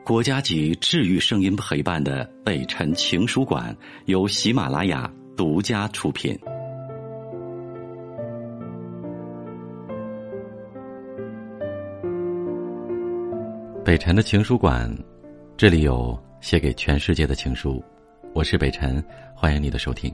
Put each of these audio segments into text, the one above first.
国家级治愈声音陪伴的北辰情书馆由喜马拉雅独家出品。北辰的情书馆，这里有写给全世界的情书，我是北辰，欢迎你的收听。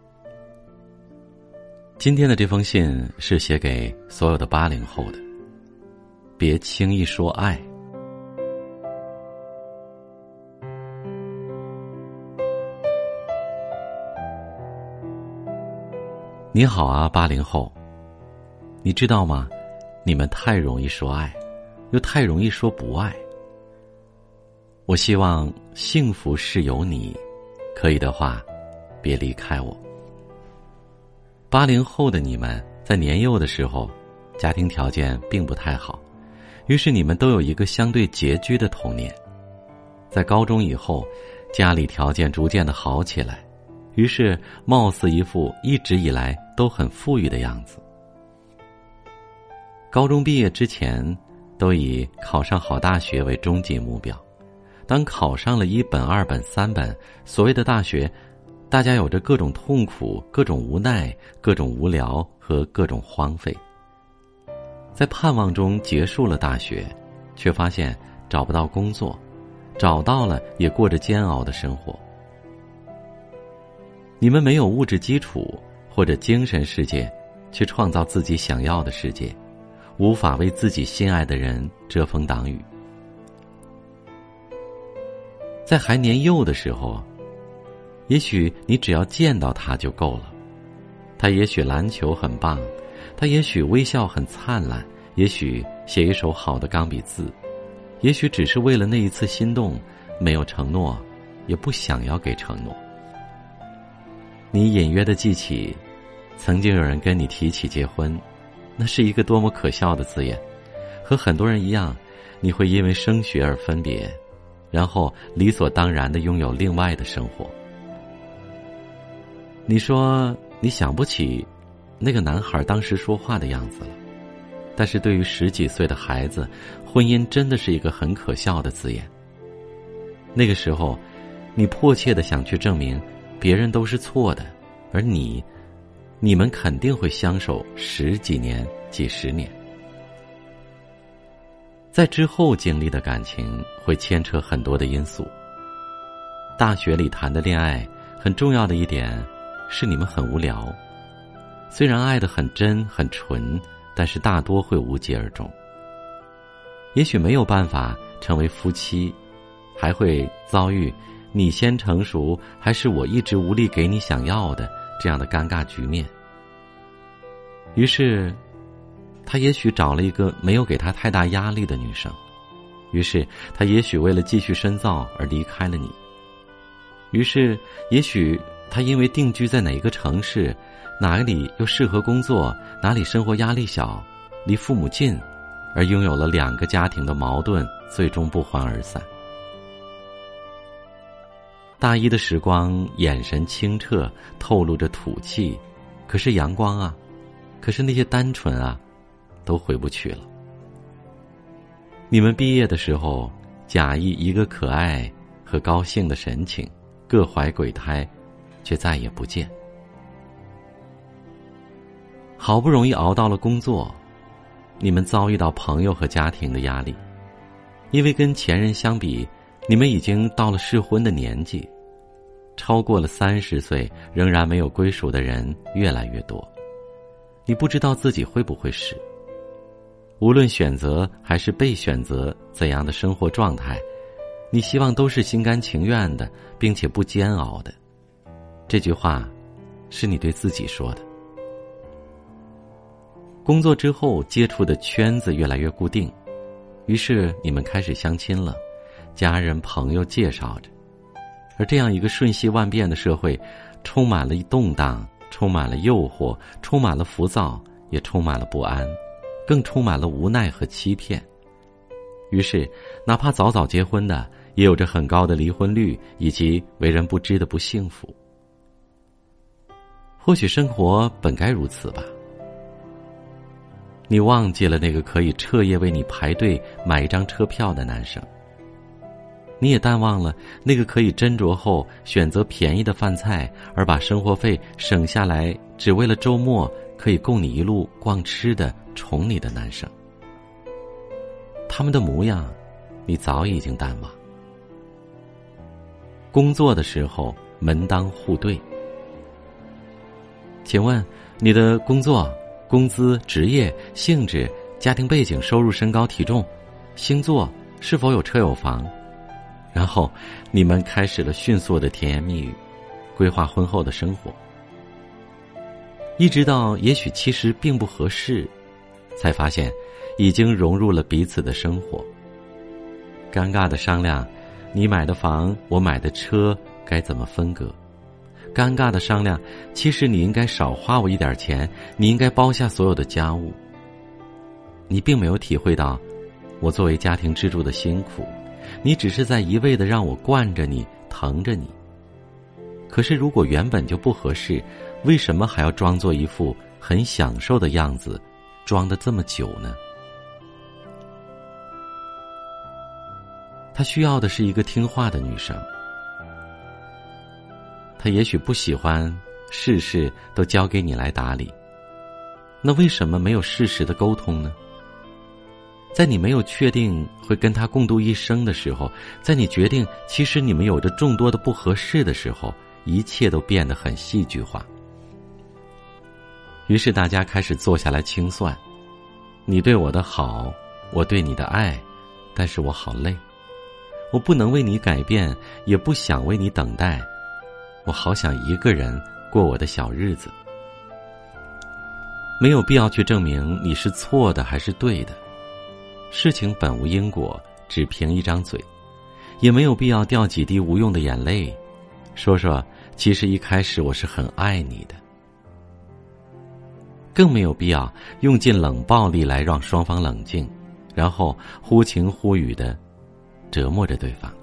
今天的这封信是写给所有的80后的，别轻易说爱。你好啊，80后，你知道吗？你们太容易说爱，又太容易说不爱。我希望幸福是有你，可以的话，别离开我。80后的你们在年幼的时候，家庭条件并不太好，于是你们都有一个相对拮据的童年。在高中以后，家里条件逐渐的好起来，于是貌似一副一直以来都很富裕的样子。高中毕业之前，都以考上好大学为终极目标。当考上了1本、2本、3本，所谓的大学，大家有着各种痛苦、各种无奈、各种无聊和各种荒废。在盼望中结束了大学，却发现找不到工作，找到了也过着煎熬的生活。你们没有物质基础或者精神世界去创造自己想要的世界，无法为自己心爱的人遮风挡雨。在还年幼的时候，也许你只要见到他就够了。他也许篮球很棒，他也许微笑很灿烂，也许写一手好的钢笔字，也许只是为了那一次心动，没有承诺，也不想要给承诺。你隐约的记起，曾经有人跟你提起结婚，那是一个多么可笑的字眼。和很多人一样，你会因为升学而分别，然后理所当然地拥有另外的生活。你说你想不起那个男孩当时说话的样子了，但是对于10几岁的孩子，婚姻真的是一个很可笑的字眼。那个时候，你迫切地想去证明别人都是错的，而你们肯定会相守10几年、几10年。在之后经历的感情会牵扯很多的因素。大学里谈的恋爱，很重要的一点是你们很无聊，虽然爱得很真很纯，但是大多会无疾而终。也许没有办法成为夫妻，还会遭遇你先成熟，还是我一直无力给你想要的这样的尴尬局面。于是他也许找了一个没有给他太大压力的女生，于是他也许为了继续深造而离开了你，于是也许他因为定居在哪个城市，哪里又适合工作，哪里生活压力小，离父母近，而拥有了2个家庭的矛盾，最终不欢而散。大一的时光，眼神清澈，透露着土气，可是阳光啊，可是那些单纯啊，都回不去了。你们毕业的时候，假意一个可爱和高兴的神情，各怀鬼胎，却再也不见。好不容易熬到了工作，你们遭遇到朋友和家庭的压力，因为跟前任相比，你们已经到了适婚的年纪，超过了30岁仍然没有归属的人越来越多。你不知道自己会不会是，无论选择还是被选择怎样的生活状态，你希望都是心甘情愿的，并且不煎熬的。这句话是你对自己说的。工作之后接触的圈子越来越固定，于是你们开始相亲了，家人朋友介绍着。而这样一个瞬息万变的社会，充满了动荡，充满了诱惑，充满了浮躁，也充满了不安，更充满了无奈和欺骗。于是哪怕早早结婚的，也有着很高的离婚率以及为人不知的不幸福。或许生活本该如此吧。你忘记了那个可以彻夜为你排队买一张车票的男生， 你也淡忘了那个可以斟酌后选择便宜的饭菜，而把生活费省下来只为了周末可以供你一路逛吃的宠你的男生。他们的模样你早已经淡忘。工作的时候门当户对。请问你的工作、工资、职业、性质、家庭背景、收入、身高、体重、星座，是否有车有房？然后你们开始了迅速的甜言蜜语，规划婚后的生活，一直到也许其实并不合适，才发现已经融入了彼此的生活。尴尬的商量，你买的房，我买的车该怎么分割？尴尬的商量，其实你应该少花我一点钱，你应该包下所有的家务。你并没有体会到我作为家庭支柱的辛苦，你只是在一味地让我惯着你，疼着你。可是如果原本就不合适，为什么还要装作一副很享受的样子，装得这么久呢？他需要的是一个听话的女生。他也许不喜欢事事都交给你来打理，那为什么没有适时的沟通呢？在你没有确定会跟他共度一生的时候，在你决定其实你们有着众多的不合适的时候，一切都变得很戏剧化。于是大家开始坐下来清算，你对我的好，我对你的爱，但是我好累，我不能为你改变，也不想为你等待，我好想一个人过我的小日子。没有必要去证明你是错的还是对的，事情本无因果，只凭一张嘴，也没有必要掉几滴无用的眼泪，说说其实一开始我是很爱你的。更没有必要用尽冷暴力来让双方冷静，然后忽晴忽雨的折磨着对方。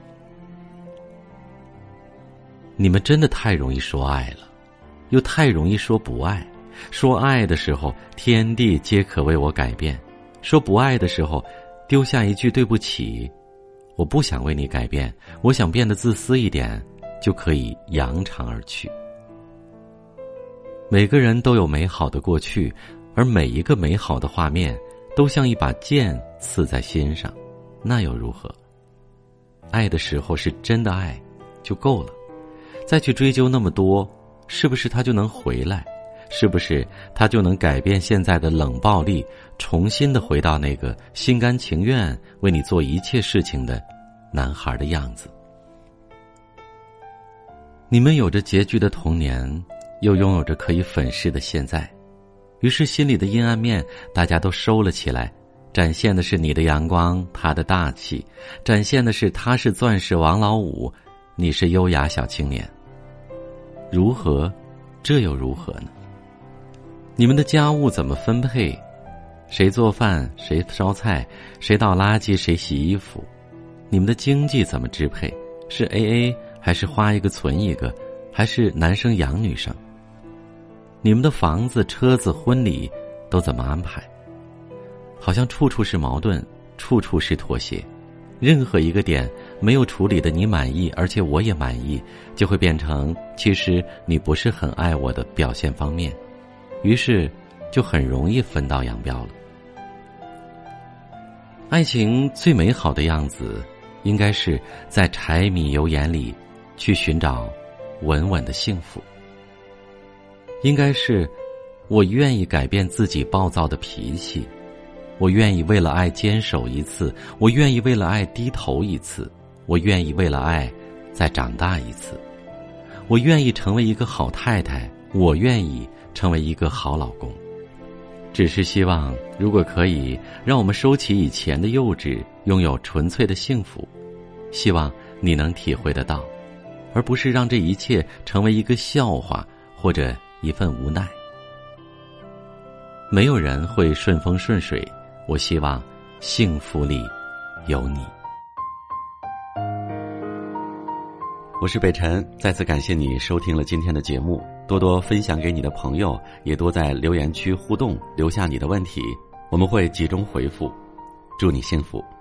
你们真的太容易说爱了，又太容易说不爱。说爱的时候，天地皆可为我改变；说不爱的时候，丢下一句对不起，我不想为你改变，我想变得自私一点，就可以扬长而去。每个人都有美好的过去，而每一个美好的画面都像一把剑刺在心上，那又如何？爱的时候是真的爱就够了，再去追究那么多，是不是他就能回来？是不是他就能改变现在的冷暴力，重新的回到那个心甘情愿为你做一切事情的男孩的样子？你们有着拮据的童年，又拥有着可以粉饰的现在，于是心里的阴暗面大家都收了起来，展现的是你的阳光，他的大气，展现的是他是钻石王老五，你是优雅小青年。如何？这又如何呢？你们的家务怎么分配？谁做饭，谁烧菜，谁倒垃圾，谁洗衣服？你们的经济怎么支配？是 AA 还是花一个存一个，还是男生养女生？你们的房子、车子、婚礼都怎么安排？好像处处是矛盾，处处是妥协，任何一个点没有处理的你满意，而且我也满意，就会变成其实你不是很爱我的表现方面，于是就很容易分道扬镳了。爱情最美好的样子，应该是在柴米油盐里去寻找稳稳的幸福，应该是我愿意改变自己暴躁的脾气，我愿意为了爱坚守一次，我愿意为了爱低头一次，我愿意为了爱再长大一次，我愿意成为一个好太太，我愿意成为一个好老公。只是希望如果可以让我们收起以前的幼稚，拥有纯粹的幸福，希望你能体会得到，而不是让这一切成为一个笑话或者一份无奈。没有人会顺风顺水，我希望幸福里有你。我是北辰，再次感谢你收听了今天的节目，多多分享给你的朋友，也多在留言区互动，留下你的问题，我们会集中回复。祝你幸福。